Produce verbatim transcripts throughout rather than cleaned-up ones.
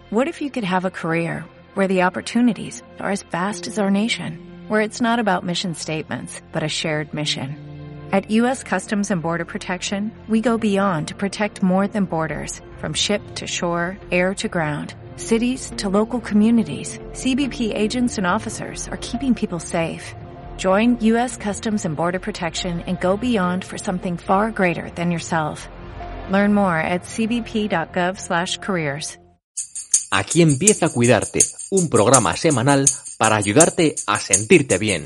What if you could have a career where the opportunities are as vast as our nation, where it's not about mission statements, but a shared mission? At U S Customs and Border Protection, we go beyond to protect more than borders, from ship to shore, air to ground, cities to local communities. C B P agents and officers are keeping people safe. Join U S Customs and Border Protection and go beyond for something far greater than yourself. Learn more at c b p dot gov slash careers. Aquí empieza Cuidarte, un programa semanal para ayudarte a sentirte bien.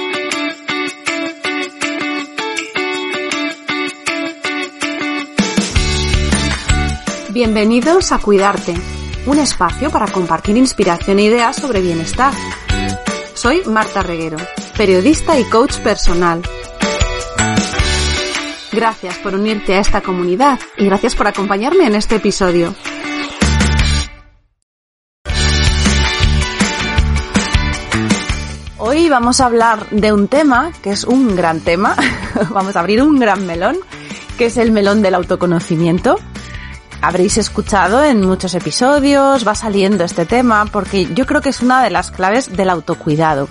Bienvenidos a Cuidarte, un espacio para compartir inspiración e ideas sobre bienestar. Soy Marta Reguero, periodista y coach personal. Gracias por unirte a esta comunidad y gracias por acompañarme en este episodio. Hoy vamos a hablar de un tema que es un gran tema, vamos a abrir un gran melón, que es el melón del autoconocimiento. Habréis escuchado en muchos episodios, va saliendo este tema, porque yo creo que es una de las claves del autocuidado.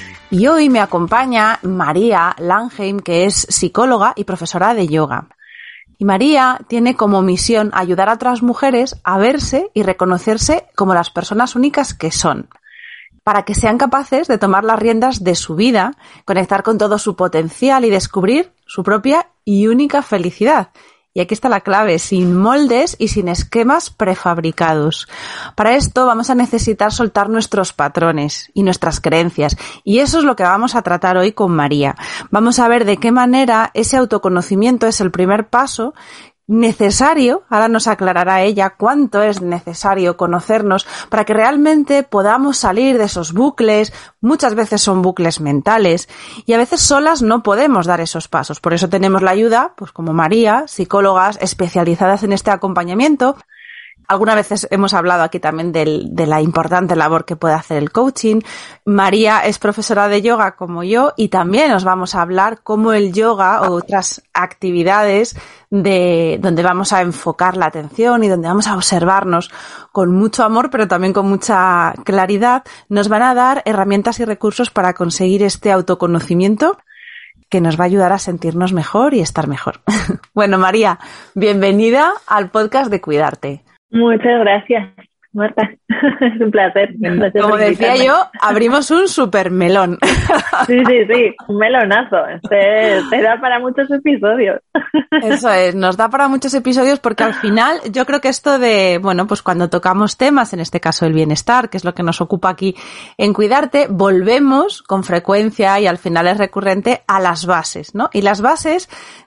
Y hoy me acompaña María Langheim, que es psicóloga y profesora de yoga. Y María tiene como misión ayudar a otras mujeres a verse y reconocerse como las personas únicas que son, para que sean capaces de tomar las riendas de su vida, conectar con todo su potencial y descubrir su propia y única felicidad. Y aquí está la clave, sin moldes y sin esquemas prefabricados. Para esto vamos a necesitar soltar nuestros patrones y nuestras creencias. Y eso es lo que vamos a tratar hoy con María. Vamos a ver de qué manera ese autoconocimiento es el primer paso necesario, ahora nos aclarará ella cuánto es necesario conocernos para que realmente podamos salir de esos bucles. Muchas veces son bucles mentales y a veces solas no podemos dar esos pasos. Por eso tenemos la ayuda, pues como María, psicólogas especializadas en este acompañamiento. Algunas veces hemos hablado aquí también del, de la importante labor que puede hacer el coaching. María es profesora de yoga como yo y también os vamos a hablar cómo el yoga o otras actividades de donde vamos a enfocar la atención y donde vamos a observarnos con mucho amor pero también con mucha claridad nos van a dar herramientas y recursos para conseguir este autoconocimiento que nos va a ayudar a sentirnos mejor y estar mejor. Bueno, María, bienvenida al podcast de Cuidarte. Muchas gracias, Marta. Es un placer. Gracias. Como decía yo, abrimos un super melón. Sí, sí, sí, un melonazo. Te, te da para muchos episodios. Eso es, nos da para muchos episodios porque al final yo creo que esto de, bueno, pues cuando tocamos temas, en este caso el bienestar, que es lo que nos ocupa aquí en Cuidarte, volvemos con frecuencia y al final es recurrente a las bases, ¿no? Y las bases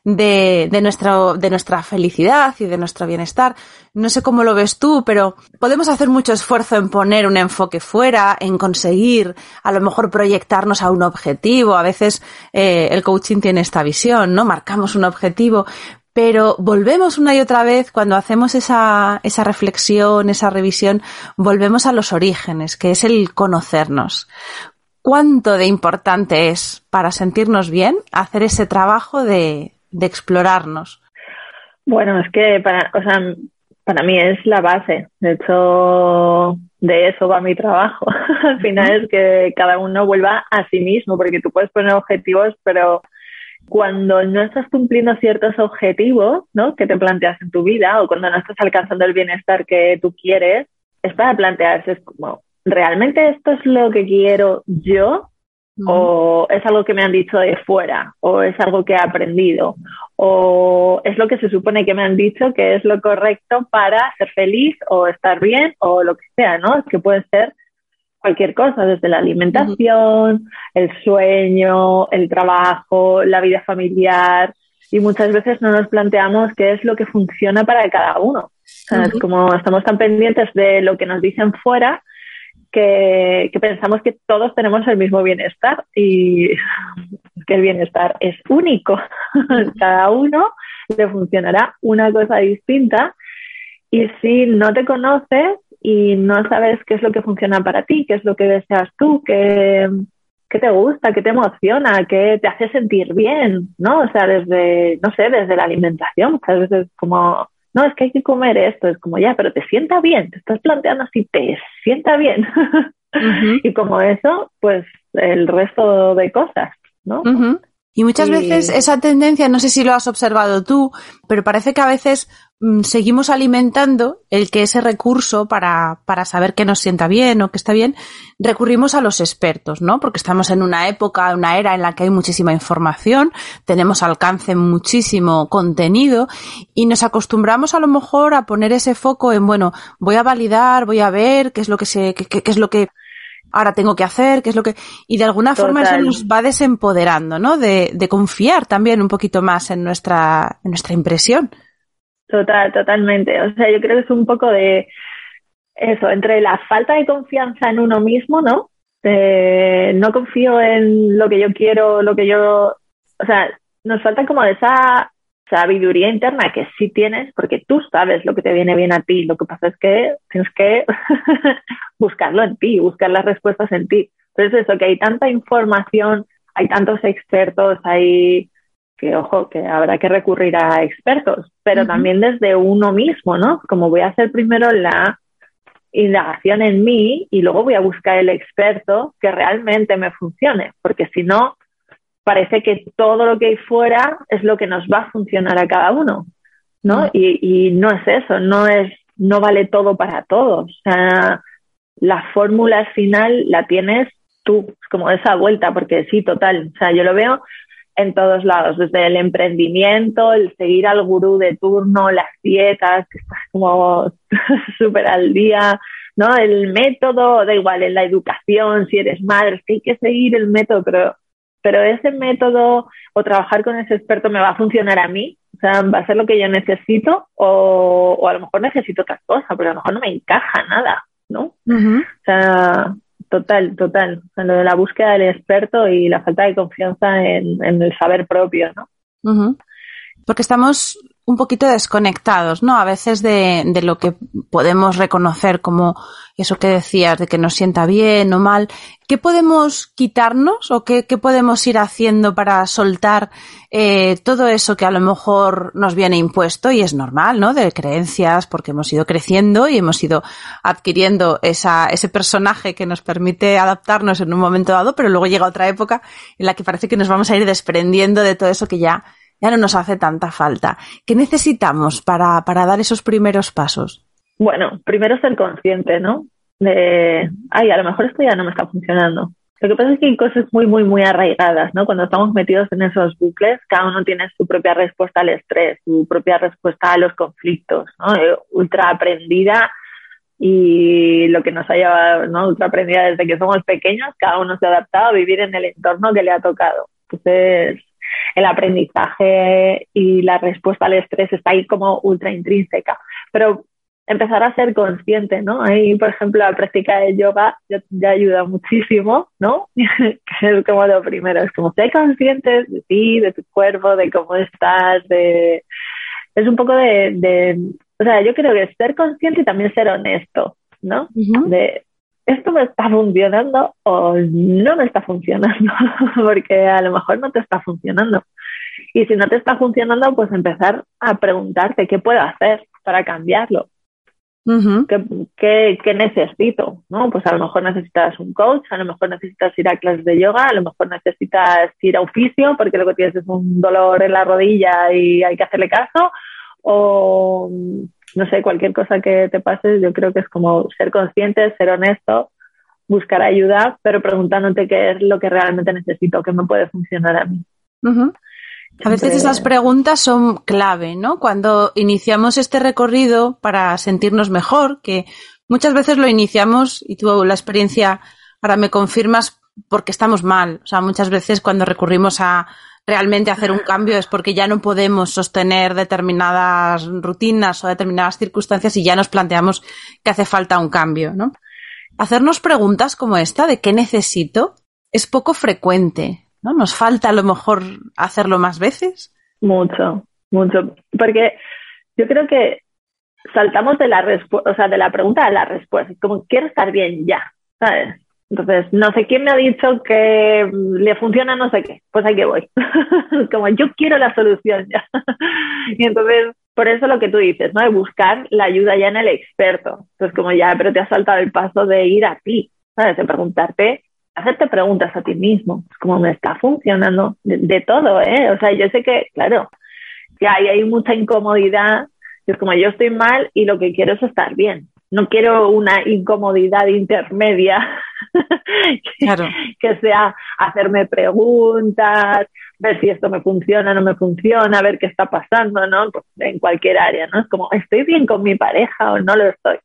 de, de nuestro, de nuestra felicidad y de nuestro bienestar. No sé cómo lo ves tú, pero podemos hacer mucho esfuerzo en poner un enfoque fuera, en conseguir a lo mejor proyectarnos a un objetivo. A veces eh, el coaching tiene esta visión, ¿no? Marcamos un objetivo, pero volvemos una y otra vez cuando hacemos esa, esa reflexión, esa revisión, volvemos a los orígenes, que es el conocernos. ¿Cuánto de importante es para sentirnos bien hacer ese trabajo de, de explorarnos? Bueno, es que para, o sea, para mí es la base. De hecho, de eso va mi trabajo. Al final es que cada uno vuelva a sí mismo, porque tú puedes poner objetivos, pero cuando no estás cumpliendo ciertos objetivos, ¿no?, que te planteas en tu vida, o cuando no estás alcanzando el bienestar que tú quieres, es para plantearse, es como, ¿realmente esto es lo que quiero yo? Mm. ¿O es algo que me han dicho de fuera? ¿O es algo que he aprendido? ¿O es lo que se supone que me han dicho que es lo correcto para ser feliz o estar bien o lo que sea, ¿no? Es que puede ser cualquier cosa, desde la alimentación, el sueño, el trabajo, la vida familiar, y muchas veces no nos planteamos qué es lo que funciona para cada uno. O sea, uh-huh. Es como estamos tan pendientes de lo que nos dicen fuera que, que pensamos que todos tenemos el mismo bienestar y que el bienestar es único. Cada uno le funcionará una cosa distinta y si no te conoces y no sabes qué es lo que funciona para ti, qué es lo que deseas tú, qué, qué te gusta, qué te emociona, qué te hace sentir bien, ¿no? O sea, desde, no sé, desde la alimentación, muchas veces como no, es que hay que comer esto, es como, ya, pero te sienta bien, te estás planteando si te sienta bien. Uh-huh. Y como eso, pues el resto de cosas, ¿no? Uh-huh. Y muchas y... veces esa tendencia, no sé si lo has observado tú, pero parece que a veces mmm, seguimos alimentando el que ese recurso para, para saber que nos sienta bien o que está bien, recurrimos a los expertos, ¿no? Porque estamos en una época, una era en la que hay muchísima información, tenemos alcance muchísimo contenido y nos acostumbramos a lo mejor a poner ese foco en, bueno, voy a validar, voy a ver qué es lo que se, qué, qué, qué es lo que ahora tengo que hacer, qué es lo que... Y de alguna Total. forma eso nos va desempoderando, ¿no? De, de confiar también un poquito más en nuestra, en nuestra impresión. Total, totalmente. O sea, yo creo que es un poco de eso, entre la falta de confianza en uno mismo, ¿no? Eh, no confío en lo que yo quiero, lo que yo... O sea, nos falta como esa sabiduría interna que sí tienes, porque tú sabes lo que te viene bien a ti. Lo que pasa es que tienes que buscarlo en ti, buscar las respuestas en ti. Entonces eso, que hay tanta información, hay tantos expertos, hay que, ojo, que habrá que recurrir a expertos, pero uh-huh. también desde uno mismo, ¿no? Como voy a hacer primero la indagación en mí y luego voy a buscar el experto que realmente me funcione, porque si no, parece que todo lo que hay fuera es lo que nos va a funcionar a cada uno, ¿no? Mm. Y, y no es eso, no es, no vale todo para todos. O sea, la fórmula final la tienes tú, es como esa vuelta, porque sí, total. O sea, yo lo veo en todos lados, desde el emprendimiento, el seguir al gurú de turno, las dietas, que estás como súper al día, ¿no? El método, da igual, en la educación, si eres madre, es que hay que seguir el método, pero... pero ese método o trabajar con ese experto me va a funcionar a mí, o sea, va a ser lo que yo necesito o, o a lo mejor necesito otra cosa, pero a lo mejor no me encaja nada, ¿no? Uh-huh. O sea, total, total. O sea, lo de la búsqueda del experto y la falta de confianza en, en el saber propio, ¿no? Uh-huh. Porque estamos un poquito desconectados, ¿no? A veces de, de lo que podemos reconocer como eso que decías, de que nos sienta bien o mal. ¿Qué podemos quitarnos o qué, qué podemos ir haciendo para soltar eh, todo eso que a lo mejor nos viene impuesto y es normal, ¿no? De creencias, porque hemos ido creciendo y hemos ido adquiriendo esa, ese personaje que nos permite adaptarnos en un momento dado, pero luego llega otra época en la que parece que nos vamos a ir desprendiendo de todo eso que ya ya no nos hace tanta falta. ¿Qué necesitamos para, para dar esos primeros pasos? Bueno, primero ser consciente, ¿no? De, ay, a lo mejor esto ya no me está funcionando. Lo que pasa es que hay cosas muy, muy, muy arraigadas, ¿no? Cuando estamos metidos en esos bucles, cada uno tiene su propia respuesta al estrés, su propia respuesta a los conflictos, ¿no? Ultra aprendida y lo que nos ha llevado, ¿no? Ultra aprendida desde que somos pequeños, cada uno se ha adaptado a vivir en el entorno que le ha tocado. Entonces, el aprendizaje y la respuesta al estrés está ahí como ultra intrínseca, pero empezar a ser consciente, ¿no? Ahí, por ejemplo, la práctica de yoga ya, ya ayuda muchísimo, ¿no? Que es como lo primero, es como ser conscientes de ti, de tu cuerpo, de cómo estás, de... es un poco de, de... o sea, yo creo que es ser consciente y también ser honesto, ¿no? Uh-huh. De esto me está funcionando o no me está funcionando, porque a lo mejor no te está funcionando. Y si no te está funcionando, pues empezar a preguntarte qué puedo hacer para cambiarlo. Uh-huh. ¿Qué, qué, ¿Qué necesito? ¿No? Pues a lo mejor necesitas un coach, a lo mejor necesitas ir a clases de yoga, a lo mejor necesitas ir a un fisio porque lo que tienes es un dolor en la rodilla y hay que hacerle caso, o no sé, cualquier cosa que te pase. Yo creo que es como ser consciente, ser honesto, buscar ayuda, pero preguntándote qué es lo que realmente necesito, qué me puede funcionar a mí. Uh-huh. A veces esas preguntas son clave, ¿no? Cuando iniciamos este recorrido para sentirnos mejor, que muchas veces lo iniciamos, y tú la experiencia ahora me confirmas, porque estamos mal. O sea, muchas veces cuando recurrimos a realmente hacer un cambio es porque ya no podemos sostener determinadas rutinas o determinadas circunstancias y ya nos planteamos que hace falta un cambio, ¿no? Hacernos preguntas como esta de ¿qué necesito? Es poco frecuente, ¿no? Nos falta a lo mejor hacerlo más veces. Mucho, mucho. Porque yo creo que saltamos de la respuesta, o sea, de la pregunta a la respuesta. Como quiero estar bien ya, ¿sabes? Entonces, no sé quién me ha dicho que le funciona no sé qué, pues ahí que voy. Como yo quiero la solución ya. Y entonces por eso lo que tú dices, ¿no? De buscar la ayuda ya en el experto. Entonces, como ya, pero te has saltado el paso de ir a ti, ¿sabes? De preguntarte, hacerte preguntas a ti mismo. Es como me está funcionando de, de todo, ¿eh? O sea, yo sé que, claro, que hay, hay mucha incomodidad. Es como yo estoy mal y lo que quiero es estar bien. No quiero una incomodidad intermedia claro. que sea hacerme preguntas, ver si esto me funciona, no me funciona, ver qué está pasando, ¿no? Pues en cualquier área, ¿no? Es como, ¿estoy bien con mi pareja o no lo estoy?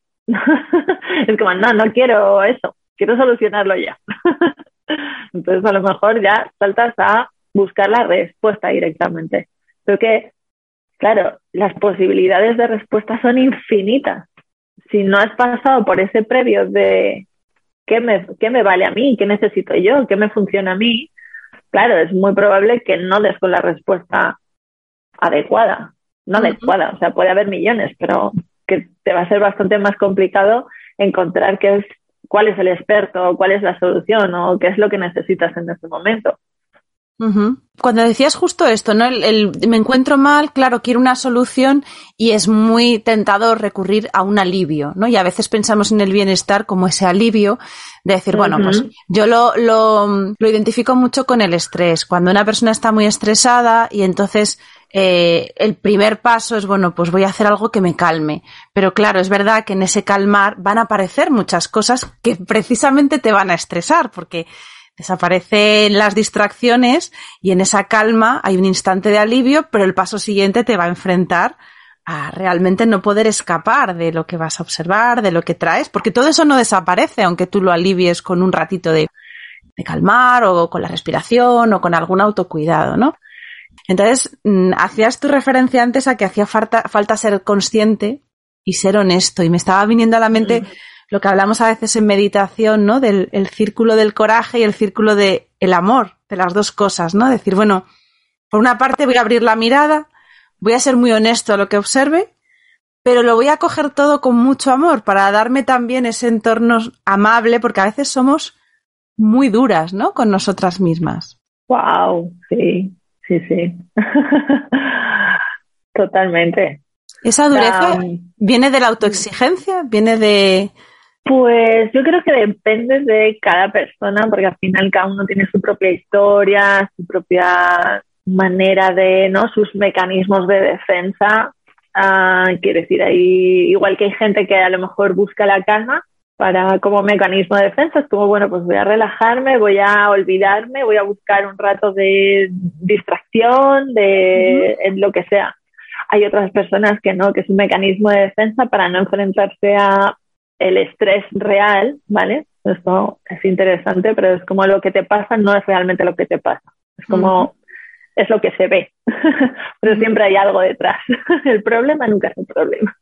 Es como, no, no quiero eso, quiero solucionarlo ya. Entonces, a lo mejor ya saltas a buscar la respuesta directamente. Creo que, claro, las posibilidades de respuesta son infinitas. Si no has pasado por ese previo de qué me, qué me vale a mí, qué necesito yo, qué me funciona a mí, claro, es muy probable que no des con la respuesta adecuada, no uh-huh. adecuada, o sea, puede haber millones, pero que te va a ser bastante más complicado encontrar qué es, cuál es el experto, cuál es la solución o qué es lo que necesitas en ese momento. Uh-huh. Cuando decías justo esto, ¿no? El, el me encuentro mal, claro, quiero una solución y es muy tentador recurrir a un alivio, ¿no? Y a veces pensamos en el bienestar como ese alivio de decir, uh-huh. bueno, pues yo lo, lo, lo identifico mucho con el estrés. Cuando una persona está muy estresada y entonces eh, el primer paso es, bueno, pues voy a hacer algo que me calme. Pero claro, es verdad que en ese calmar van a aparecer muchas cosas que precisamente te van a estresar porque desaparecen las distracciones y en esa calma hay un instante de alivio, pero el paso siguiente te va a enfrentar a realmente no poder escapar de lo que vas a observar, de lo que traes, porque todo eso no desaparece, aunque tú lo alivies con un ratito de, de calmar o con la respiración o con algún autocuidado, ¿no? Entonces, hacías tu referencia antes a que hacía falta, falta ser consciente y ser honesto, y me estaba viniendo a la mente... Mm. Lo que hablamos a veces en meditación, ¿no? Del el círculo del coraje y el círculo de el amor, de las dos cosas, ¿no? Decir, bueno, por una parte voy a abrir la mirada, voy a ser muy honesto a lo que observe, pero lo voy a coger todo con mucho amor para darme también ese entorno amable, porque a veces somos muy duras, ¿no? Con nosotras mismas. Wow, sí, sí, sí. Totalmente. ¿Esa dureza um, viene de la autoexigencia? ¿Viene de...? Pues yo creo que depende de cada persona, porque al final cada uno tiene su propia historia, su propia manera de, ¿no? Sus mecanismos de defensa. Uh, quiero decir, ahí, igual que hay gente que a lo mejor busca la calma para como mecanismo de defensa, es como, bueno, pues voy a relajarme, voy a olvidarme, voy a buscar un rato de distracción, de uh-huh. en lo que sea. Hay otras personas que no, que es un mecanismo de defensa para no enfrentarse a el estrés real, ¿vale? Esto es interesante, pero es como lo que te pasa no es realmente lo que te pasa. Es como, uh-huh. es lo que se ve, pero uh-huh. siempre hay algo detrás. El problema nunca es el problema.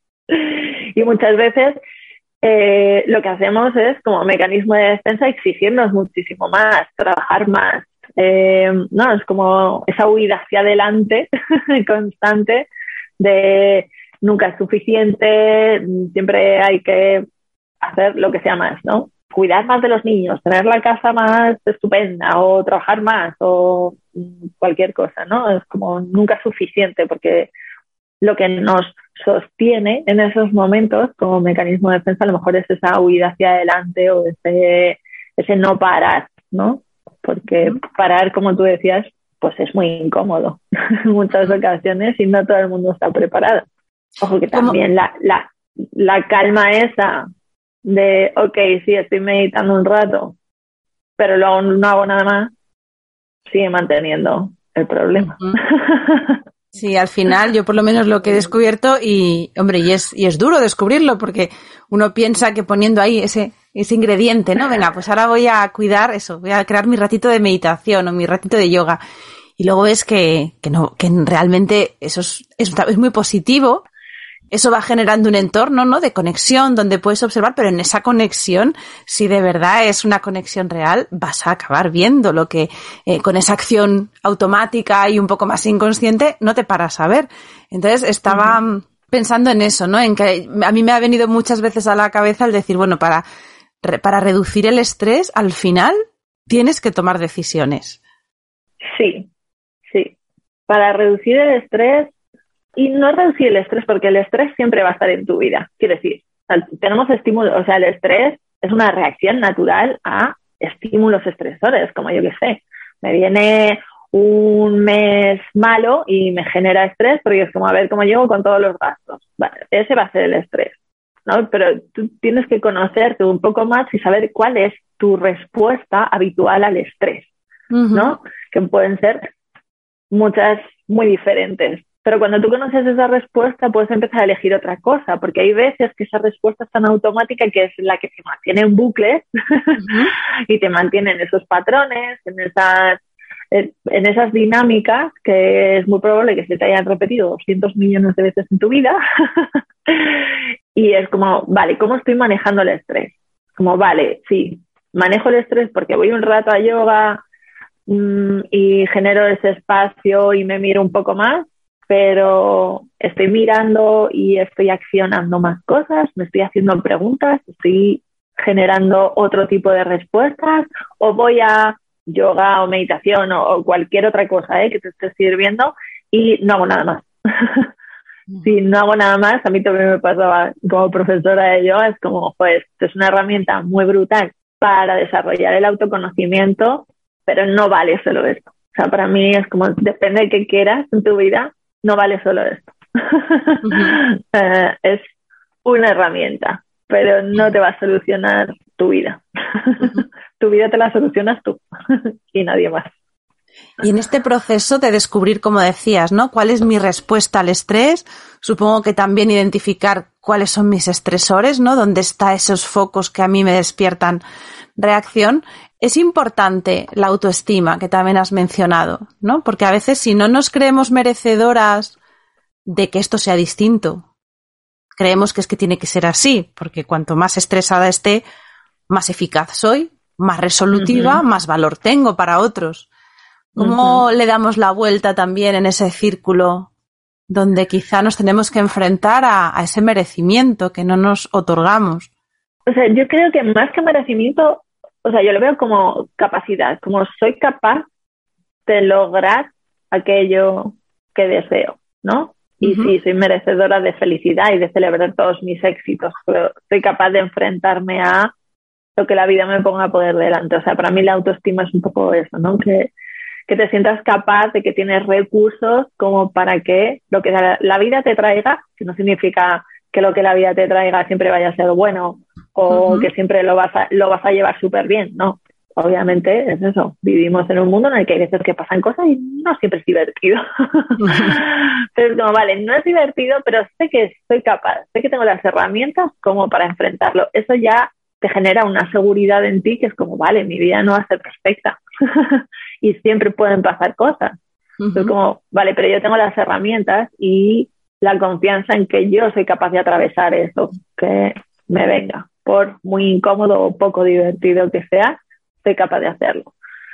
Y muchas veces eh, lo que hacemos es, como mecanismo de defensa, exigirnos muchísimo más, trabajar más. Eh, no, es como esa huida hacia adelante constante de nunca es suficiente, siempre hay que hacer lo que sea más, ¿no? Cuidar más de los niños, tener la casa más estupenda o trabajar más o cualquier cosa, ¿no? Es como nunca es suficiente porque lo que nos sostiene en esos momentos como mecanismo de defensa a lo mejor es esa huida hacia adelante o ese, ese no parar, ¿no? Porque parar, como tú decías, pues es muy incómodo en muchas ocasiones y no todo el mundo está preparado. Ojo que también la, la, la calma esa de, ok, sí, estoy meditando un rato, pero luego no hago nada más, sigue manteniendo el problema. Uh-huh. Sí, al final yo por lo menos lo que he descubierto y, hombre, y es, y es duro descubrirlo porque uno piensa que poniendo ahí ese, ese ingrediente, ¿no? Venga, pues ahora voy a cuidar eso, voy a crear mi ratito de meditación o mi ratito de yoga. Y luego ves que, que no, que realmente eso es, es, es muy positivo. Eso va generando un entorno, ¿no? De conexión donde puedes observar, pero en esa conexión, si de verdad es una conexión real, vas a acabar viendo lo que eh, con esa acción automática y un poco más inconsciente no te paras a ver. Entonces estaba uh-huh. pensando en eso, ¿no? En que a mí me ha venido muchas veces a la cabeza el decir, bueno, para, para reducir el estrés, al final tienes que tomar decisiones. Sí, sí. Para reducir el estrés, Y no reducir el estrés, porque el estrés siempre va a estar en tu vida. Quiero decir, tenemos estímulos, o sea, el estrés es una reacción natural a estímulos estresores, como yo que sé. Me viene un mes malo y me genera estrés porque es como a ver cómo llego con todos los gastos. Vale, ese va a ser el estrés, ¿no? Pero tú tienes que conocerte un poco más y saber cuál es tu respuesta habitual al estrés, uh-huh. ¿no? Que pueden ser muchas muy diferentes. Pero cuando tú conoces esa respuesta, puedes empezar a elegir otra cosa, porque hay veces que esa respuesta es tan automática que es la que te mantiene en bucles uh-huh. y te mantiene en esos patrones, en esas, en esas dinámicas que es muy probable que se te hayan repetido doscientos millones de veces en tu vida. Y es como, vale, ¿cómo estoy manejando el estrés? Como, vale, sí, manejo el estrés porque voy un rato a yoga mmm, y genero ese espacio y me miro un poco más, pero estoy mirando y estoy accionando más cosas, me estoy haciendo preguntas, estoy generando otro tipo de respuestas, o voy a yoga o meditación o, o cualquier otra cosa ¿eh? que te esté sirviendo y no hago nada más. Si no hago nada más, a mí también me pasaba como profesora de yoga, es como, pues, es una herramienta muy brutal para desarrollar el autoconocimiento, pero no vale solo esto. O sea, para mí es como, depende de qué quieras en tu vida, no vale solo esto. Uh-huh. uh, es una herramienta, pero no te va a solucionar tu vida. Uh-huh. Tu vida te la solucionas tú y nadie más. Y en este proceso de descubrir, como decías, ¿no? ¿Cuál es mi respuesta al estrés? Supongo que también identificar cuáles son mis estresores, ¿no? ¿Dónde están esos focos que a mí me despiertan reacción? Es importante la autoestima, que también has mencionado, ¿no? Porque a veces si no nos creemos merecedoras de que esto sea distinto, creemos que es que tiene que ser así, porque cuanto más estresada esté, más eficaz soy, más resolutiva, uh-huh. más valor tengo para otros. ¿Cómo uh-huh. le damos la vuelta también en ese círculo donde quizá nos tenemos que enfrentar a, a ese merecimiento que no nos otorgamos? O sea, yo creo que más que merecimiento, o sea, yo lo veo como capacidad, como soy capaz de lograr aquello que deseo, ¿no? Y uh-huh. sí, soy merecedora de felicidad y de celebrar todos mis éxitos, pero soy capaz de enfrentarme a lo que la vida me ponga por delante. O sea, para mí la autoestima es un poco eso, ¿no? Que que te sientas capaz de que tienes recursos como para que lo que la vida te traiga, que no significa que lo que la vida te traiga siempre vaya a ser bueno o uh-huh. que siempre lo vas a, lo vas a llevar súper bien, no. Obviamente es eso, vivimos en un mundo en el que hay veces que pasan cosas y no siempre es divertido. Uh-huh. Pero es como, vale, no es divertido, pero sé que soy capaz, sé que tengo las herramientas como para enfrentarlo. Eso ya te genera una seguridad en ti que es como, vale, mi vida no va a ser perfecta. Y siempre pueden pasar cosas. Uh-huh. Es como, vale, pero yo tengo las herramientas y la confianza en que yo soy capaz de atravesar eso, que me venga. Por muy incómodo o poco divertido que sea, soy capaz de hacerlo.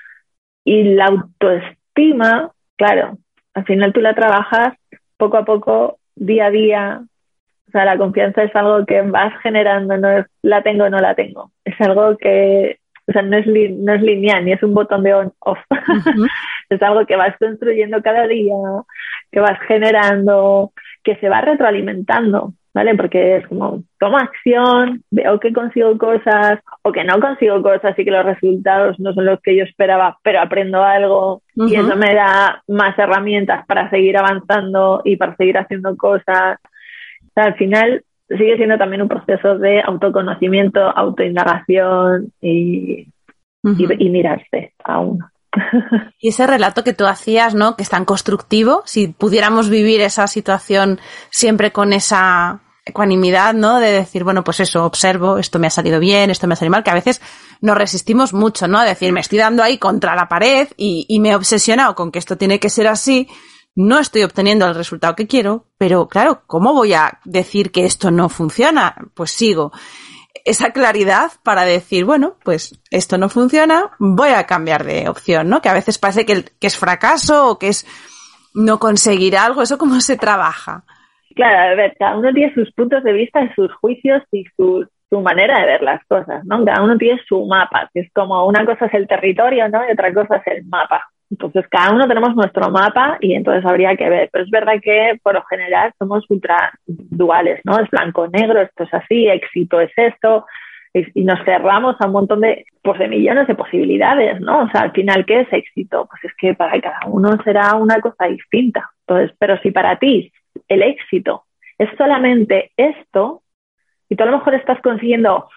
Y la autoestima, claro, al final tú la trabajas poco a poco, día a día. O sea, la confianza es algo que vas generando, no es la tengo o no la tengo. Es algo que... O sea, no es, li- no es lineal, ni es un botón de on-off. Uh-huh. Es algo que vas construyendo cada día, que vas generando, que se va retroalimentando, ¿vale? Porque es como, tomo acción, veo que consigo cosas, o que no consigo cosas y que los resultados no son los que yo esperaba, pero aprendo algo, uh-huh. y eso me da más herramientas para seguir avanzando y para seguir haciendo cosas. O sea, al final... sigue siendo también un proceso de autoconocimiento, autoindagación y, uh-huh. y, y mirarse a uno. Y ese relato que tú hacías, ¿no? Que es tan constructivo, si pudiéramos vivir esa situación siempre con esa ecuanimidad, ¿no? De decir, bueno, pues eso, observo, esto me ha salido bien, esto me ha salido mal, que a veces nos resistimos mucho, ¿no? A decir, me estoy dando ahí contra la pared y, y me he obsesionado con que esto tiene que ser así. No estoy obteniendo el resultado que quiero, pero claro, ¿cómo voy a decir que esto no funciona? Pues sigo. Esa claridad para decir, bueno, pues esto no funciona, voy a cambiar de opción, ¿no? Que a veces parece que, que es fracaso o que es no conseguir algo. ¿Eso cómo se trabaja? Claro, a ver, cada uno tiene sus puntos de vista, sus juicios y su, su manera de ver las cosas, ¿no? Cada uno tiene su mapa, que es como una cosa es el territorio, ¿no? Y otra cosa es el mapa. Entonces, cada uno tenemos nuestro mapa y entonces habría que ver. Pero es verdad que, por lo general, somos ultra duales, ¿no? Es blanco-negro, esto es así, éxito es esto, y nos cerramos a un montón de, pues, de millones de posibilidades, ¿no? O sea, al final, ¿qué es éxito? Pues es que para cada uno será una cosa distinta. Entonces, pero si para ti el éxito es solamente esto, y tú a lo mejor estás consiguiendo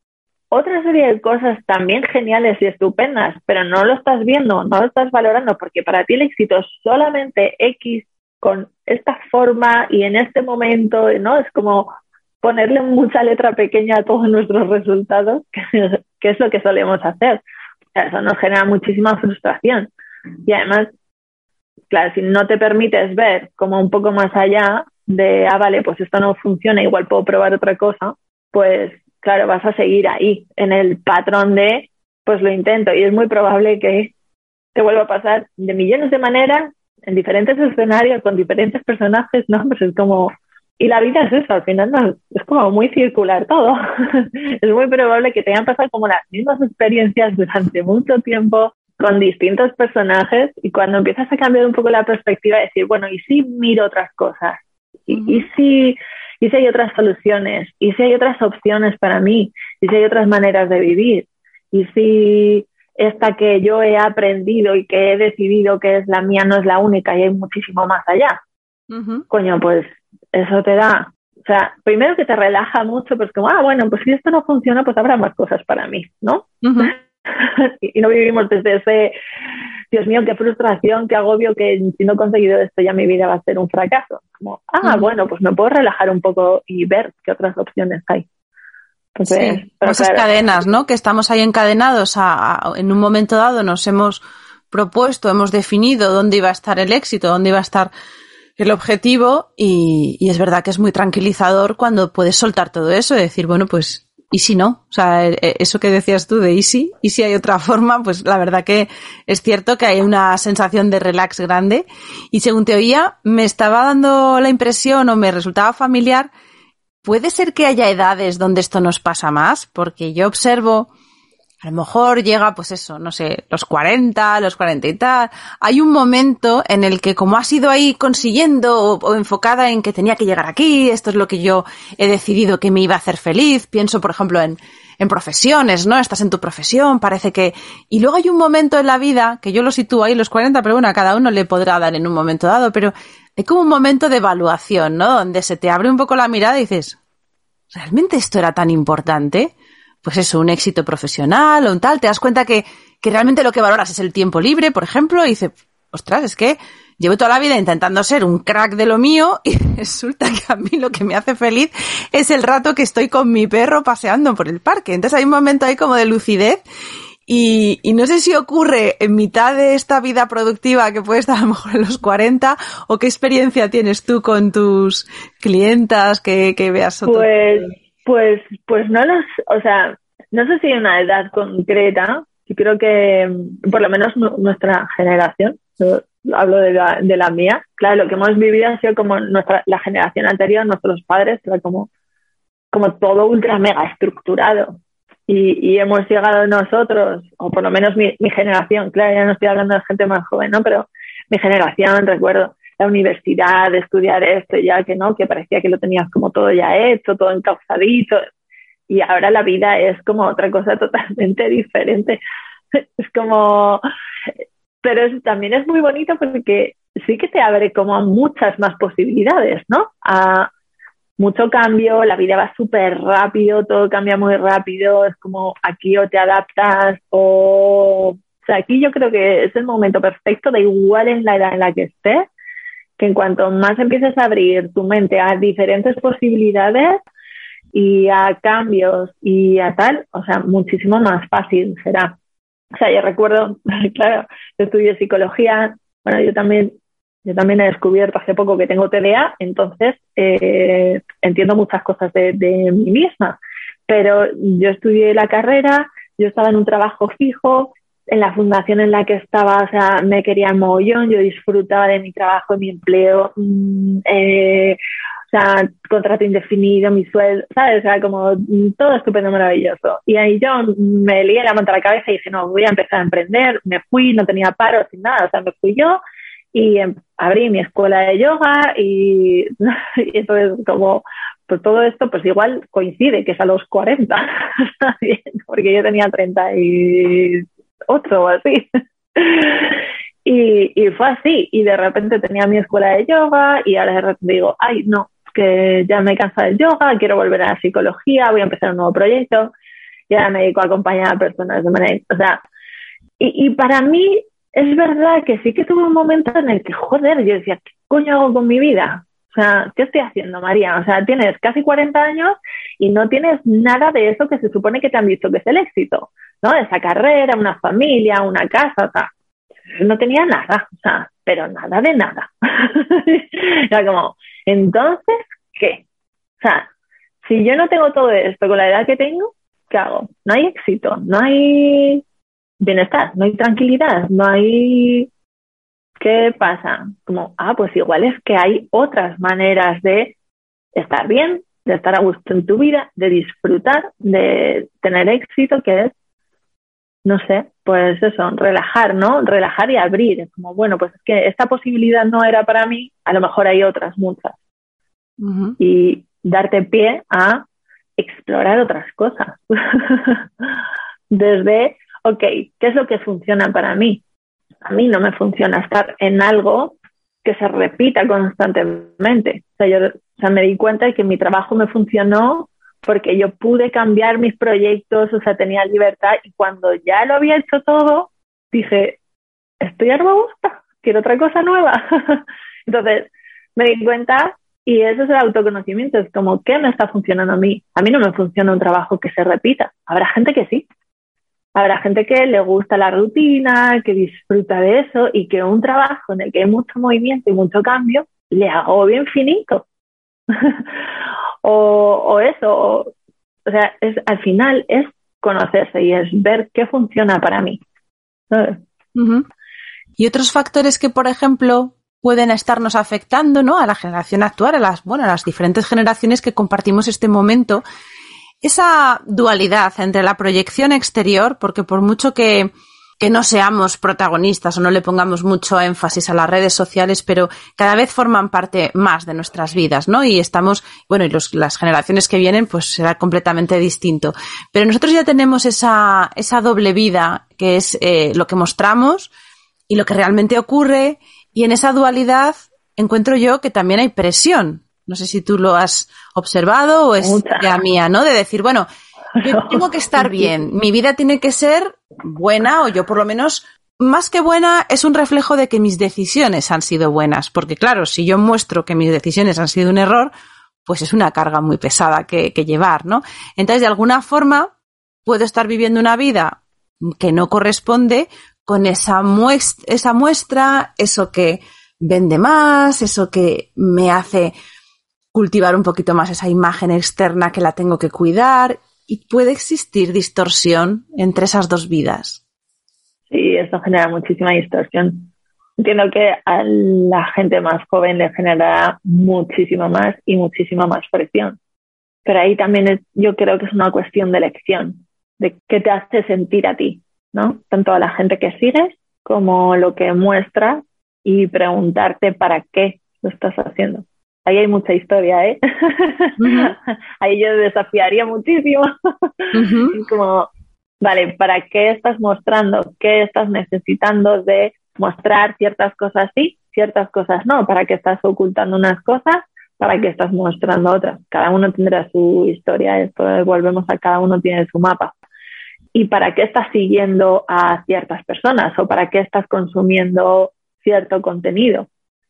otra serie de cosas también geniales y estupendas, pero no lo estás viendo, no lo estás valorando, porque para ti el éxito es solamente X con esta forma y en este momento, ¿no? Es como ponerle mucha letra pequeña a todos nuestros resultados, que, que es lo que solemos hacer. O sea, eso nos genera muchísima frustración. Y además, claro, si no te permites ver como un poco más allá de, ah, vale, pues esto no funciona, igual puedo probar otra cosa, pues claro, vas a seguir ahí, en el patrón de, pues lo intento, y es muy probable que te vuelva a pasar de millones de maneras, en diferentes escenarios, con diferentes personajes, ¿no? Pues es como, y la vida es eso, al final no, es como muy circular todo. Es muy probable que te hayan pasado como las mismas experiencias durante mucho tiempo, con distintos personajes, y cuando empiezas a cambiar un poco la perspectiva, decir, bueno, ¿y si miro otras cosas? ¿Y, uh-huh. y si... ¿Y si hay otras soluciones? ¿Y si hay otras opciones para mí? ¿Y si hay otras maneras de vivir? ¿Y si esta que yo he aprendido y que he decidido que es la mía no es la única y hay muchísimo más allá? Uh-huh. Coño, pues eso te da... O sea, primero que te relaja mucho, pues como, ah, bueno, pues si esto no funciona, pues habrá más cosas para mí, ¿no? Uh-huh. Y no vivimos desde ese... Dios mío, qué frustración, qué agobio, que si no he conseguido esto ya mi vida va a ser un fracaso. Como, ah, mm. bueno, pues me puedo relajar un poco y ver qué otras opciones hay. Entonces, sí, pero esas claro, cadenas, ¿no? Que estamos ahí encadenados a, a, en un momento dado nos hemos propuesto, hemos definido dónde iba a estar el éxito, dónde iba a estar el objetivo y, y es verdad que es muy tranquilizador cuando puedes soltar todo eso y decir, bueno, pues ¿y si no? O sea, eso que decías tú de ¿y si? ¿Y si hay otra forma? Pues la verdad que es cierto que hay una sensación de relax grande. Y según te oía, me estaba dando la impresión o me resultaba familiar, ¿puede ser que haya edades donde esto nos pasa más? Porque yo observo, a lo mejor llega, pues eso, no sé, los cuarenta, los cuarenta y tal. Hay un momento en el que como has ido ahí consiguiendo o, o enfocada en que tenía que llegar aquí, esto es lo que yo he decidido que me iba a hacer feliz. Pienso, por ejemplo, en, en profesiones, ¿no? Estás en tu profesión, parece que... Y luego hay un momento en la vida, que yo lo sitúo ahí los cuarenta, pero bueno, a cada uno le podrá dar en un momento dado, pero hay como un momento de evaluación, ¿no? Donde se te abre un poco la mirada y dices, ¿realmente esto era tan importante? Pues eso, un éxito profesional o un tal, te das cuenta que, que realmente lo que valoras es el tiempo libre, por ejemplo, y dices, ostras, es que llevo toda la vida intentando ser un crack de lo mío y resulta que a mí lo que me hace feliz es el rato que estoy con mi perro paseando por el parque. Entonces hay un momento ahí como de lucidez y, y no sé si ocurre en mitad de esta vida productiva que puede estar a lo mejor en los cuarenta o qué experiencia tienes tú con tus clientas que, que veas otro. Pues... Pues, pues no los, o sea, no sé si hay una edad concreta. Yo creo que, por lo menos nuestra generación, yo hablo de la, de la mía, claro, lo que hemos vivido ha sido como nuestra, la generación anterior, nuestros padres, era como, como todo ultra mega estructurado. Y, y hemos llegado nosotros, o por lo menos mi, mi generación, claro, ya no estoy hablando de gente más joven, ¿no? Pero mi generación, recuerdo, la universidad, de estudiar esto, ya que no, que parecía que lo tenías como todo ya hecho, todo encauzadito, y ahora la vida es como otra cosa totalmente diferente. Es como, pero es, también es muy bonito porque sí que te abre como a muchas más posibilidades, ¿no? A mucho cambio, la vida va súper rápido, todo cambia muy rápido, es como aquí o te adaptas o... O sea, aquí yo creo que es el momento perfecto, da igual en la edad en la que estés, que en cuanto más empieces a abrir tu mente a diferentes posibilidades y a cambios y a tal, o sea, muchísimo más fácil será. O sea, yo recuerdo, claro, yo estudié psicología, bueno, yo también, yo también he descubierto hace poco que tengo T D A, entonces eh, entiendo muchas cosas de, de mí misma, pero yo estudié la carrera, yo estaba en un trabajo fijo, en la fundación en la que estaba, o sea, me quería mogollón, yo disfrutaba de mi trabajo, de mi empleo, mmm, eh, o sea, contrato indefinido, mi sueldo, ¿sabes? O sea, como todo estupendo, maravilloso. Y ahí yo me lié la manta a la cabeza y dije, no, voy a empezar a emprender. Me fui, no tenía paro, sin nada, o sea, me fui yo y em, abrí mi escuela de yoga y, y entonces como, pues todo esto, pues igual coincide que es a los cuarenta, porque yo tenía treinta y ocho o así. Y, y fue así, y de repente tenía mi escuela de yoga y ahora de repente digo, ay, no, que ya me he cansado del yoga, quiero volver a la psicología, voy a empezar un nuevo proyecto y ahora me dedico a acompañar a personas de manera, o sea, y, y para mí es verdad que sí que tuve un momento en el que, joder, yo decía, ¿qué coño hago con mi vida? O sea, ¿qué estoy haciendo, María? O sea, tienes casi cuarenta años y no tienes nada de eso que se supone que te han dicho que es el éxito, ¿no? Esa carrera, una familia, una casa, o sea, no tenía nada, o sea, pero nada de nada. Era como, entonces, ¿qué? O sea, si yo no tengo todo esto con la edad que tengo, ¿qué hago? No hay éxito, no hay bienestar, no hay tranquilidad, no hay... ¿Qué pasa? Como, ah, pues igual es que hay otras maneras de estar bien, de estar a gusto en tu vida, de disfrutar, de tener éxito, que es, no sé, pues eso, relajar, ¿no? Relajar y abrir. Es como, bueno, pues es que esta posibilidad no era para mí, a lo mejor hay otras muchas. Uh-huh. Y darte pie a explorar otras cosas. Desde, ok, ¿qué es lo que funciona para mí? A mí no me funciona estar en algo que se repita constantemente. O sea, yo o sea, me di cuenta de que mi trabajo me funcionó porque yo pude cambiar mis proyectos, o sea, tenía libertad, y cuando ya lo había hecho todo, dije, esto ya no me gusta, quiero otra cosa nueva. Entonces, me di cuenta, y eso es el autoconocimiento, es como, ¿qué me está funcionando a mí? A mí no me funciona un trabajo que se repita. Habrá gente que sí. Habrá gente que le gusta la rutina, que disfruta de eso, y que un trabajo en el que hay mucho movimiento y mucho cambio le agobia infinito. o, o eso, o, o sea, es, al final es conocerse y es ver qué funciona para mí. ¿Sabes? Uh-huh. Y otros factores que, por ejemplo, pueden estarnos afectando, ¿no?, a la generación actual, a las, bueno, a las diferentes generaciones que compartimos este momento. Esa dualidad entre la proyección exterior, porque por mucho que, que no seamos protagonistas o no le pongamos mucho énfasis a las redes sociales, pero cada vez forman parte más de nuestras vidas, ¿no? Y estamos, bueno, y los, las generaciones que vienen, pues será completamente distinto. Pero nosotros ya tenemos esa, esa doble vida, que es eh, lo que mostramos y lo que realmente ocurre, y en esa dualidad encuentro yo que también hay presión. No sé si tú lo has observado o es ya mía, ¿no? De decir, bueno, yo tengo que estar bien, mi vida tiene que ser buena, o yo por lo menos, más que buena, es un reflejo de que mis decisiones han sido buenas. Porque claro, si yo muestro que mis decisiones han sido un error, pues es una carga muy pesada que, que llevar, ¿no? Entonces, de alguna forma, puedo estar viviendo una vida que no corresponde con esa muestra, esa muestra, eso que vende más, eso que me hace cultivar un poquito más esa imagen externa que la tengo que cuidar, y puede existir distorsión entre esas dos vidas. Sí, eso genera muchísima distorsión. Entiendo que a la gente más joven le genera muchísimo más y muchísima más presión. Pero ahí también es, yo creo que es una cuestión de elección, de qué te hace sentir a ti, ¿no? Tanto a la gente que sigues como lo que muestras, y preguntarte para qué lo estás haciendo. Ahí hay mucha historia, ¿eh? Uh-huh. Ahí yo desafiaría muchísimo. Uh-huh. Como, vale, ¿para qué estás mostrando? ¿Qué estás necesitando de mostrar ciertas cosas sí, ciertas cosas no? ¿Para qué estás ocultando unas cosas? ¿Para qué estás mostrando otras? Cada uno tendrá su historia, esto volvemos a cada uno tiene su mapa. ¿Y para qué estás siguiendo a ciertas personas? ¿O para qué estás consumiendo cierto contenido?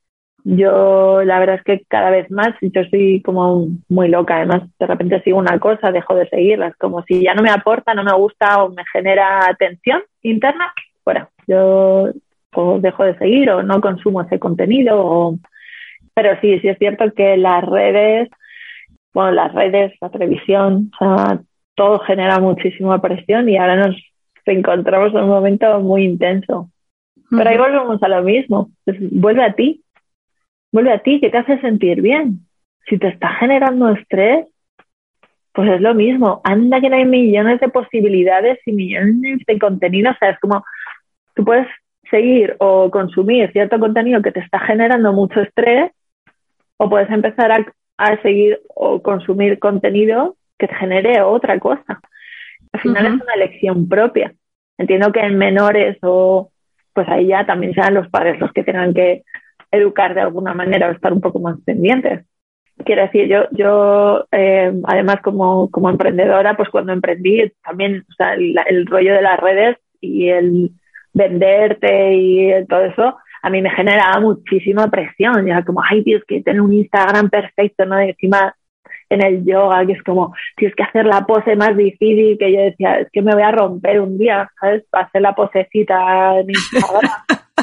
Yo la verdad es que cada vez más, yo soy como muy loca, además de repente sigo una cosa, dejo de seguirlas, como si ya no me aporta, no me gusta o me genera tensión interna, fuera, yo o dejo de seguir o no consumo ese contenido, o... pero sí, sí es cierto que las redes, bueno, las redes, la televisión, o sea, todo genera muchísima presión, y ahora nos encontramos en un momento muy intenso. Pero ahí volvemos a lo mismo. Pues vuelve a ti. Vuelve a ti, que te hace sentir bien. Si te está generando estrés, pues es lo mismo. Anda que no hay millones de posibilidades y millones de contenidos. O sea, es como tú puedes seguir o consumir cierto contenido que te está generando mucho estrés, o puedes empezar a, a seguir o consumir contenido que te genere otra cosa. Al final uh-huh. es una elección propia. Entiendo que en menores o pues ahí ya también sean los padres los que tengan que educar de alguna manera o estar un poco más pendientes. Quiero decir, yo, yo eh, además como, como emprendedora, pues cuando emprendí también, o sea, el, el rollo de las redes y el venderte y todo eso, a mí me generaba muchísima presión. Ya como, ay, Dios, que tener un Instagram perfecto, ¿no? Y encima en el yoga, que es como, tienes que hacer la pose más difícil, que yo decía, es que me voy a romper un día, ¿sabes? Para hacer la posecita en Instagram.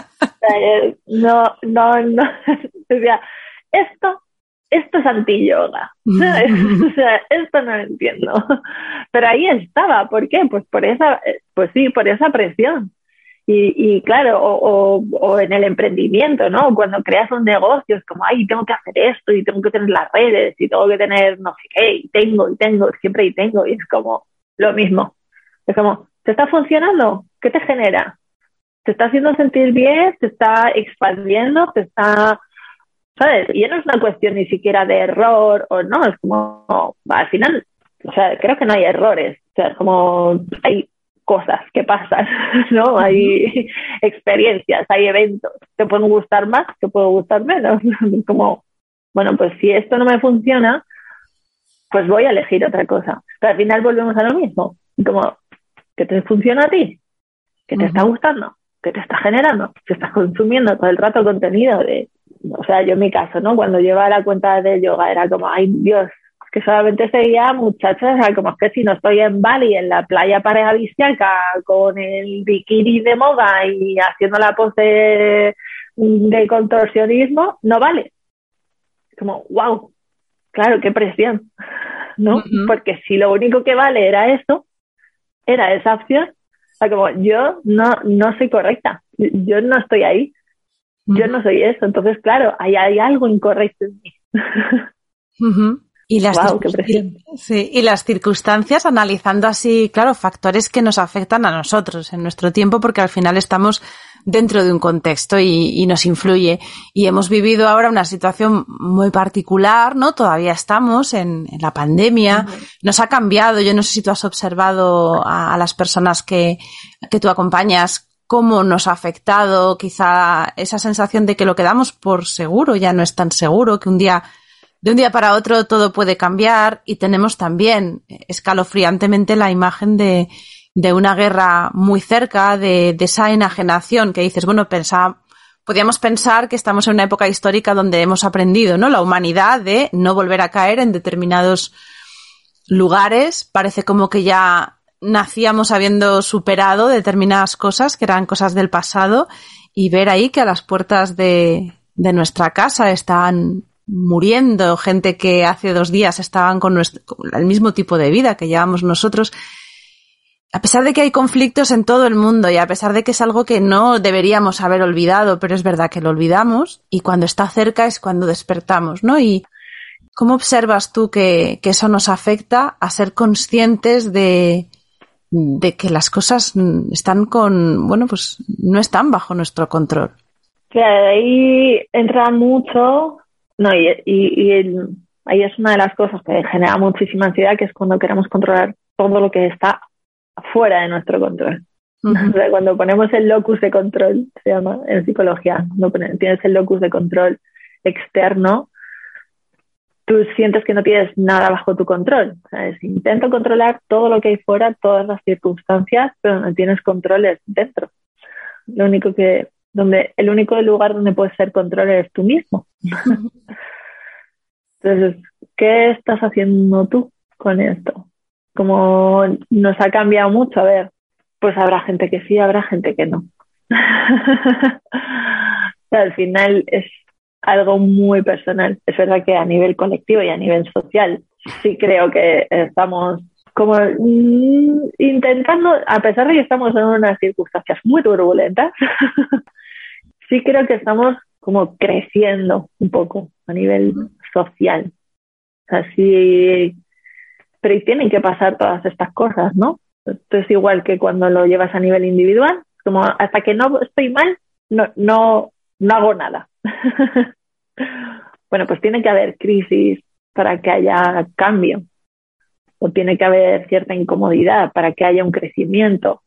no, no, no. O sea, esto, esto es anti-yoga. ¿Sabes? O sea, esto no lo entiendo. Pero ahí estaba. ¿Por qué? Pues por esa, pues sí, por esa presión. Y, y claro, o, o, o en el emprendimiento, ¿no? Cuando creas un negocio es como, ay, tengo que hacer esto y tengo que tener las redes y tengo que tener no sé qué, y tengo, y tengo, siempre y tengo. Y es como lo mismo. Es como, ¿te está funcionando? ¿Qué te genera? ¿Te está haciendo sentir bien? ¿Te está expandiendo? ¿Te está...? ¿Sabes? Y ya no es una cuestión ni siquiera de error o no, es como, al final, o sea, creo que no hay errores. O sea, es como, hay cosas que pasan, ¿no? Hay experiencias, hay eventos. Te pueden gustar más, te pueden gustar menos. Como, bueno, pues si esto no me funciona, pues voy a elegir otra cosa. Pero al final volvemos a lo mismo. Como, ¿qué te funciona a ti? ¿Qué te uh-huh. está gustando? ¿Qué te está generando? Si estás consumiendo todo el rato contenido de... O sea, yo en mi caso, ¿no? Cuando llevaba la cuenta de yoga era como, ay, Dios, que solamente seguía muchachas, o sea, como es que si no estoy en Bali, en la playa paradisíaca, con el bikini de moda y haciendo la pose de contorsionismo, no vale. Como, wow, claro, qué presión, ¿no? Uh-huh. Porque si lo único que vale era eso, era esa opción, o sea, como yo no, no soy correcta, yo no estoy ahí, uh-huh. yo no soy eso, entonces claro, hay, hay algo incorrecto en mí. Uh-huh. Y las, wow, qué presión. Sí, y las circunstancias, analizando así, claro, factores que nos afectan a nosotros en nuestro tiempo, porque al final estamos dentro de un contexto y, y nos influye. Y hemos vivido ahora una situación muy particular, ¿no? Todavía estamos en, en la pandemia. Uh-huh. Nos ha cambiado. Yo no sé si tú has observado a, a las personas que, que tú acompañas, cómo nos ha afectado quizá esa sensación de que lo que damos por seguro ya no es tan seguro, que un día... De un día para otro todo puede cambiar y tenemos también escalofriantemente la imagen de, de una guerra muy cerca, de, de esa enajenación que dices, bueno, pensaba, podíamos pensar que estamos en una época histórica donde hemos aprendido, ¿no? La humanidad de no volver a caer en determinados lugares. Parece como que ya nacíamos habiendo superado determinadas cosas que eran cosas del pasado y ver ahí que a las puertas de, de nuestra casa están muriendo, gente que hace dos días estaban con, nuestro, con el mismo tipo de vida que llevamos nosotros. A pesar de que hay conflictos en todo el mundo y a pesar de que es algo que no deberíamos haber olvidado, pero es verdad que lo olvidamos y cuando está cerca es cuando despertamos, ¿no? Y ¿cómo observas tú que, que eso nos afecta a ser conscientes de, de que las cosas están con, bueno, pues no están bajo nuestro control? Claro, ahí entra mucho... No, y, y, y el, ahí es una de las cosas que genera muchísima ansiedad, que es cuando queremos controlar todo lo que está fuera de nuestro control. Uh-huh. O sea, cuando ponemos el locus de control, se llama en psicología, cuando tienes el locus de control externo, tú sientes que no tienes nada bajo tu control. O sea, es, intento controlar todo lo que hay fuera, todas las circunstancias, pero no tienes controles dentro. Lo único que... donde el único lugar donde puedes ser control eres tú mismo. Entonces, ¿qué estás haciendo tú con esto? Como nos ha cambiado mucho, a ver, pues habrá gente que sí, habrá gente que no. O sea, al final es algo muy personal. Es verdad que a nivel colectivo y a nivel social sí creo que estamos como mm, intentando, a pesar de que estamos en unas circunstancias muy turbulentas, sí creo que estamos como creciendo un poco a nivel social. O sea, sí, pero y tienen que pasar todas estas cosas, ¿no? Esto es igual que cuando lo llevas a nivel individual, como hasta que no estoy mal, no, no, no hago nada. Bueno, pues tiene que haber crisis para que haya cambio, o tiene que haber cierta incomodidad para que haya un crecimiento,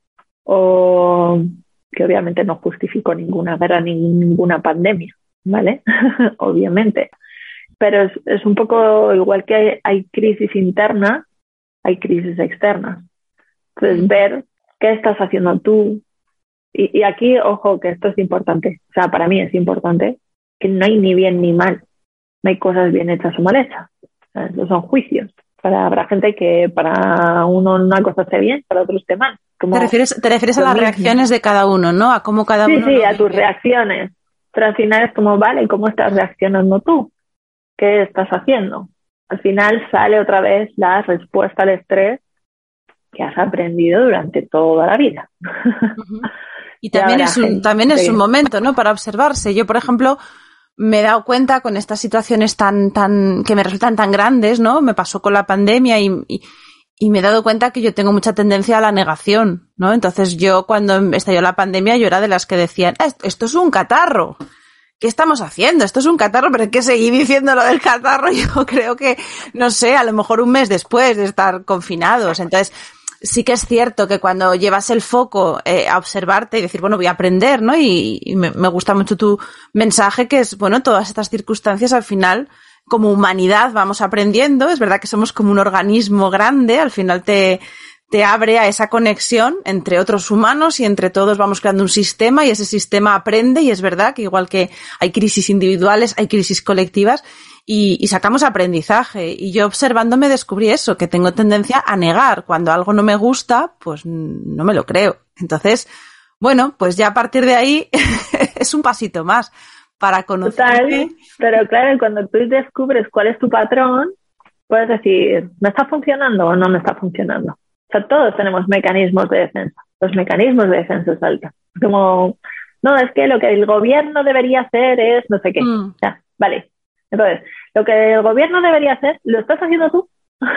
o que obviamente no justifico ninguna guerra ni ninguna pandemia, ¿vale? Obviamente. Pero es, es un poco igual que hay, hay crisis internas, hay crisis externas. Entonces, ver qué estás haciendo tú. Y, y aquí, ojo, que esto es importante. O sea, para mí es importante que no hay ni bien ni mal. No hay cosas bien hechas o mal hechas. O sea, esos son juicios. Para, habrá gente que para uno una cosa esté bien, para otro esté mal. Como ¿Te refieres, te refieres a las mismo. reacciones de cada uno, ¿no? A cómo cada sí, uno... Sí, sí, a tus vive. reacciones. Pero al final es como, vale, ¿cómo estás reaccionando tú? ¿Qué estás haciendo? Al final sale otra vez la respuesta al estrés que has aprendido durante toda la vida. Uh-huh. Y también es un, también es un momento, ¿no? Para observarse. Yo, por ejemplo, me he dado cuenta con estas situaciones tan, tan, que me resultan tan grandes, ¿no? Me pasó con la pandemia y, y, y me he dado cuenta que yo tengo mucha tendencia a la negación, ¿no? Entonces yo, cuando estalló la pandemia, yo era de las que decían, esto es un catarro. ¿Qué estamos haciendo? Esto es un catarro, pero es que seguí diciendo lo del catarro. Yo creo que, no sé, a lo mejor un mes después de estar confinados. Entonces, sí que es cierto que cuando llevas el foco eh, a observarte y decir, bueno, voy a aprender, ¿no? Y, y me, me gusta mucho tu mensaje, que es, bueno, todas estas circunstancias al final, como humanidad, vamos aprendiendo. Es verdad que somos como un organismo grande, al final te... te abre a esa conexión entre otros humanos y entre todos vamos creando un sistema y ese sistema aprende y es verdad que igual que hay crisis individuales, hay crisis colectivas y, y sacamos aprendizaje. Y yo observándome descubrí eso, que tengo tendencia a negar. Cuando algo no me gusta, pues no me lo creo. Entonces, bueno, pues ya a partir de ahí es un pasito más para conocerme. Total, pero claro, cuando tú descubres cuál es tu patrón, puedes decir, ¿me está funcionando o no me está funcionando? O sea, todos tenemos mecanismos de defensa. Los mecanismos de defensa saltan. Como, no, es que lo que el gobierno debería hacer es no sé qué. Mm. Ya, vale. Entonces, lo que el gobierno debería hacer, ¿lo estás haciendo tú?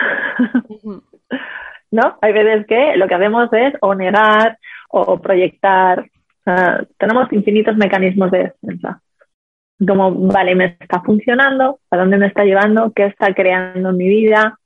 Uh-huh. ¿No? Hay veces que lo que hacemos es o negar o proyectar. O sea, tenemos infinitos mecanismos de defensa. Como, vale, ¿me está funcionando? ¿A dónde me está llevando? ¿Qué está creando en mi vida?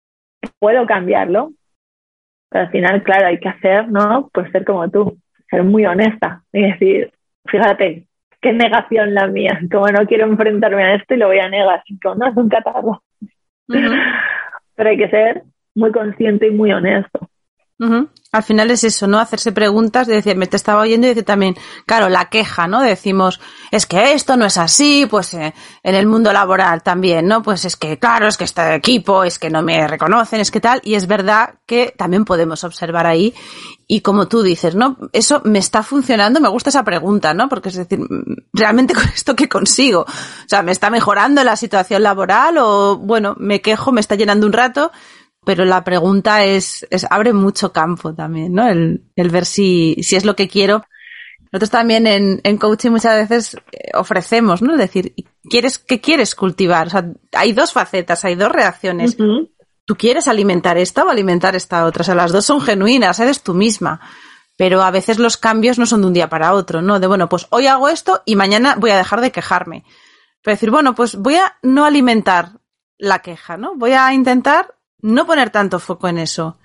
¿Puedo cambiarlo? Pero al final, claro, hay que hacer, ¿no? Pues ser como tú, ser muy honesta y decir, fíjate, qué negación la mía, como no quiero enfrentarme a esto y lo voy a negar, como no es un catarro. Uh-huh. Pero hay que ser muy consciente y muy honesto. Uh-huh. Al final es eso, ¿no? Hacerse preguntas, de decir, me te estaba oyendo y decir también, claro, la queja, ¿no? Decimos, es que esto no es así, pues eh, en el mundo laboral también, ¿no? Pues es que, claro, es que este equipo, es que no me reconocen, es que tal, y es verdad que también podemos observar ahí, y como tú dices, ¿no? Eso me está funcionando, me gusta esa pregunta, ¿no? Porque es decir, ¿realmente con esto qué consigo? O sea, ¿me está mejorando la situación laboral o, bueno, me quejo, me está llenando un rato? Pero la pregunta es, es abre mucho campo también, ¿no? El, el ver si, si es lo que quiero. Nosotros también en, en coaching muchas veces ofrecemos, ¿no? Es decir, ¿quieres, ¿qué quieres cultivar? O sea, hay dos facetas, hay dos reacciones. Uh-huh. ¿Tú quieres alimentar esta o alimentar esta otra? O sea, las dos son genuinas, eres tú misma. Pero a veces los cambios no son de un día para otro, ¿no? De, bueno, pues hoy hago esto y mañana voy a dejar de quejarme. Pero decir, bueno, pues voy a no alimentar la queja, ¿no? Voy a intentar no poner tanto foco en eso.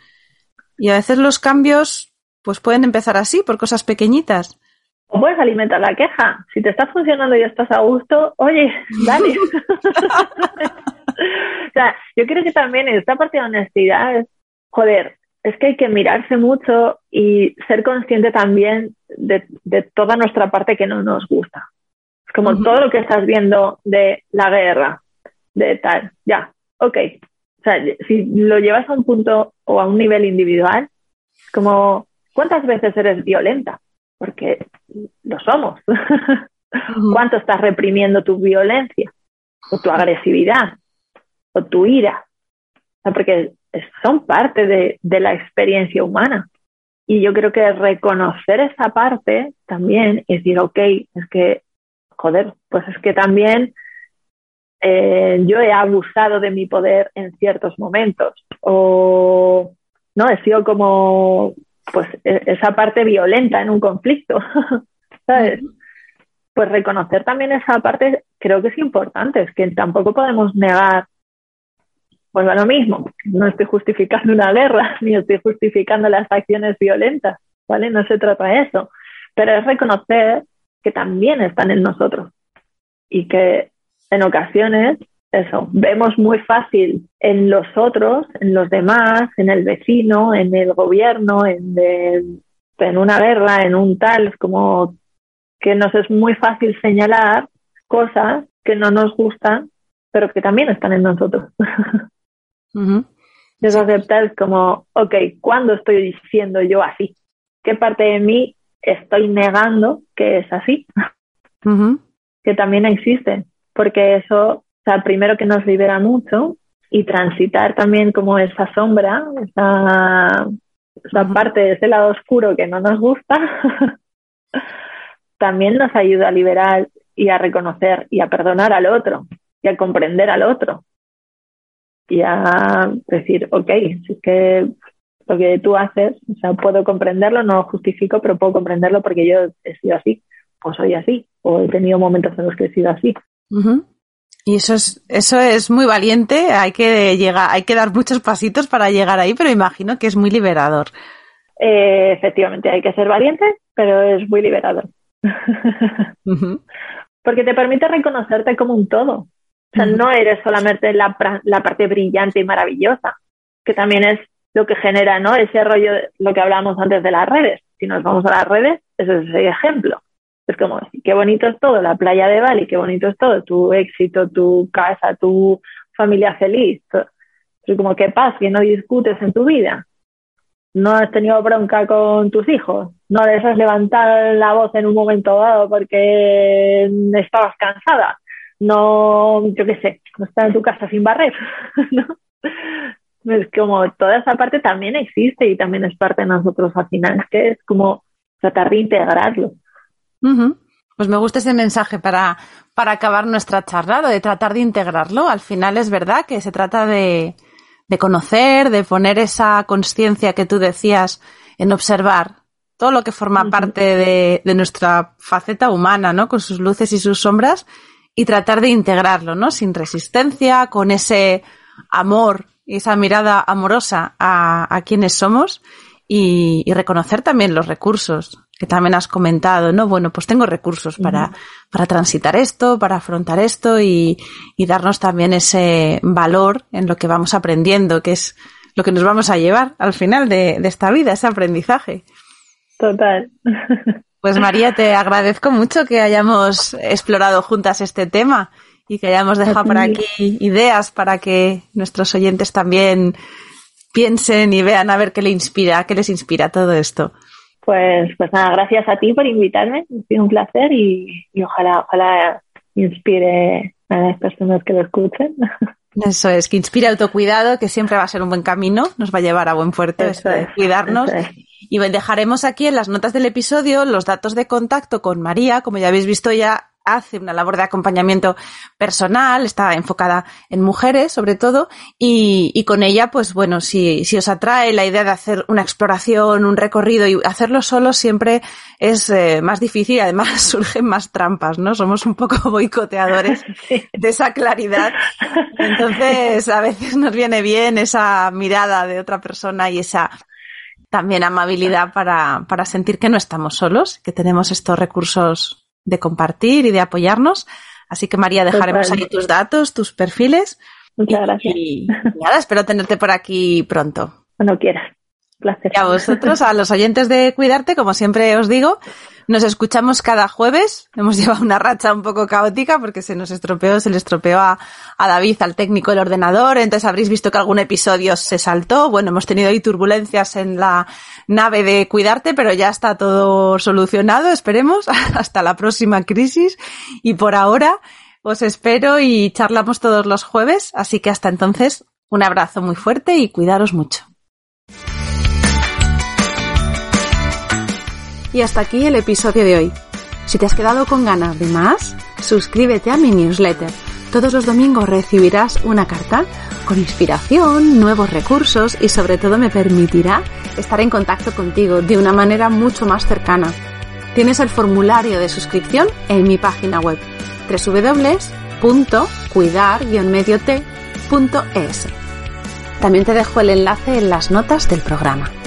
Y a veces los cambios pues pueden empezar así, por cosas pequeñitas. O puedes alimentar la queja. Si te está funcionando y estás a gusto, oye, dale. O sea, yo creo que también esta parte de honestidad es, joder, es que hay que mirarse mucho y ser consciente también de, de toda nuestra parte que no nos gusta. Es como uh-huh. todo lo que estás viendo de la guerra, de tal, ya, ok. O sea, si lo llevas a un punto o a un nivel individual, como, ¿cuántas veces eres violenta? Porque lo somos. Uh-huh. ¿Cuánto estás reprimiendo tu violencia? O tu agresividad, o tu ira. sea, porque son parte de, de la experiencia humana. Y yo creo que reconocer esa parte también y decir, ok, es que, joder, pues es que también eh, yo he abusado de mi poder en ciertos momentos. O, no, he sido como, pues, esa parte violenta en un conflicto, ¿sabes? Pues reconocer también esa parte creo que es importante, es que tampoco podemos negar. Pues va lo mismo, no estoy justificando una guerra, ni estoy justificando las acciones violentas, ¿vale? No se trata de eso, pero es reconocer que también están en nosotros y que en ocasiones, eso, vemos muy fácil en los otros, en los demás, en el vecino, en el gobierno, en, el, en una guerra, en un tal, es como que nos es muy fácil señalar cosas que no nos gustan, pero que también están en nosotros. Uh-huh. Es aceptar como, ok, ¿cuándo estoy diciendo yo así? ¿Qué parte de mí estoy negando que es así? Uh-huh. Que también existe, porque eso, o sea, primero que nos libera mucho y transitar también como esa sombra, esa, esa uh-huh. parte de ese lado oscuro que no nos gusta, también nos ayuda a liberar y a reconocer y a perdonar al otro y a comprender al otro. Y a decir, ok, si es que lo que tú haces, o sea, puedo comprenderlo, no lo justifico, pero puedo comprenderlo porque yo he sido así, o soy así, o he tenido momentos en los que he sido así. Uh-huh. Y eso es, eso es muy valiente, hay que llegar, hay que dar muchos pasitos para llegar ahí, pero imagino que es muy liberador. Eh, efectivamente, hay que ser valiente, pero es muy liberador. Uh-huh. Porque te permite reconocerte como un todo. O sea, no eres solamente la, la parte brillante y maravillosa, que también es lo que genera, ¿no? Ese rollo, de lo que hablábamos antes de las redes. Si nos vamos a las redes, ese es ese ejemplo. Es como, qué bonito es todo, la playa de Bali, qué bonito es todo, tu éxito, tu casa, tu familia feliz. Es como, qué paz, que no discutes en tu vida. No has tenido bronca con tus hijos. No les has levantado la voz en un momento dado porque estabas cansada. No, yo qué sé, no estar en tu casa sin barrer, ¿no? Es como toda esa parte también existe y también es parte de nosotros al final, es que es como tratar de integrarlo. Uh-huh. Pues me gusta ese mensaje para, para acabar nuestra charla, de tratar de integrarlo. Al final es verdad que se trata de, de conocer, de poner esa conciencia que tú decías en observar todo lo que forma uh-huh. parte de, de nuestra faceta humana, ¿no? Con sus luces y sus sombras. Y tratar de integrarlo, ¿no? Sin resistencia, con ese amor y esa mirada amorosa a, a quienes somos y, y reconocer también los recursos que también has comentado, ¿no? Bueno, pues tengo recursos para, para transitar esto, para afrontar esto y, y darnos también ese valor en lo que vamos aprendiendo, que es lo que nos vamos a llevar al final de, de esta vida, ese aprendizaje. Total. Pues María, te agradezco mucho que hayamos explorado juntas este tema y que hayamos dejado por aquí ideas para que nuestros oyentes también piensen y vean a ver qué les inspira, qué les inspira todo esto. Pues, pues nada, gracias a ti por invitarme, ha sido un placer y, y ojalá, ojalá inspire a las personas que lo escuchen. Eso es, que inspire autocuidado, que siempre va a ser un buen camino, nos va a llevar a buen puerto, eso es, cuidarnos. Eso es. Y dejaremos aquí en las notas del episodio los datos de contacto con María. Como ya habéis visto, ella hace una labor de acompañamiento personal, está enfocada en mujeres sobre todo, y, y con ella, pues bueno, si, si os atrae la idea de hacer una exploración, un recorrido y hacerlo solo siempre es eh, más difícil y además surgen más trampas, ¿no? Somos un poco boicoteadores de esa claridad. Entonces, a veces nos viene bien esa mirada de otra persona y esa también amabilidad para, para sentir que no estamos solos, que tenemos estos recursos de compartir y de apoyarnos. Así que María, dejaremos ahí tus datos, tus perfiles. Muchas gracias. Y, y nada, espero tenerte por aquí pronto. Cuando quieras. Placer. Y a vosotros, a los oyentes de Cuidarte, como siempre os digo, nos escuchamos cada jueves. Hemos llevado una racha un poco caótica porque se nos estropeó, se le estropeó a, a David, al técnico del ordenador. Entonces habréis visto que algún episodio se saltó. Bueno, hemos tenido ahí turbulencias en la nave de Cuidarte, pero ya está todo solucionado, esperemos, hasta la próxima crisis. Y por ahora os espero y charlamos todos los jueves. Así que hasta entonces, Un abrazo muy fuerte y cuidaros mucho. Y hasta aquí el episodio de hoy. Si te has quedado con ganas de más, suscríbete a mi newsletter. Todos los domingos recibirás una carta con inspiración, nuevos recursos y sobre todo me permitirá estar en contacto contigo de una manera mucho más cercana. Tienes el formulario de suscripción en mi página web doble u doble u doble u punto cuidar guion medio t punto e s. También te dejo el enlace en las notas del programa.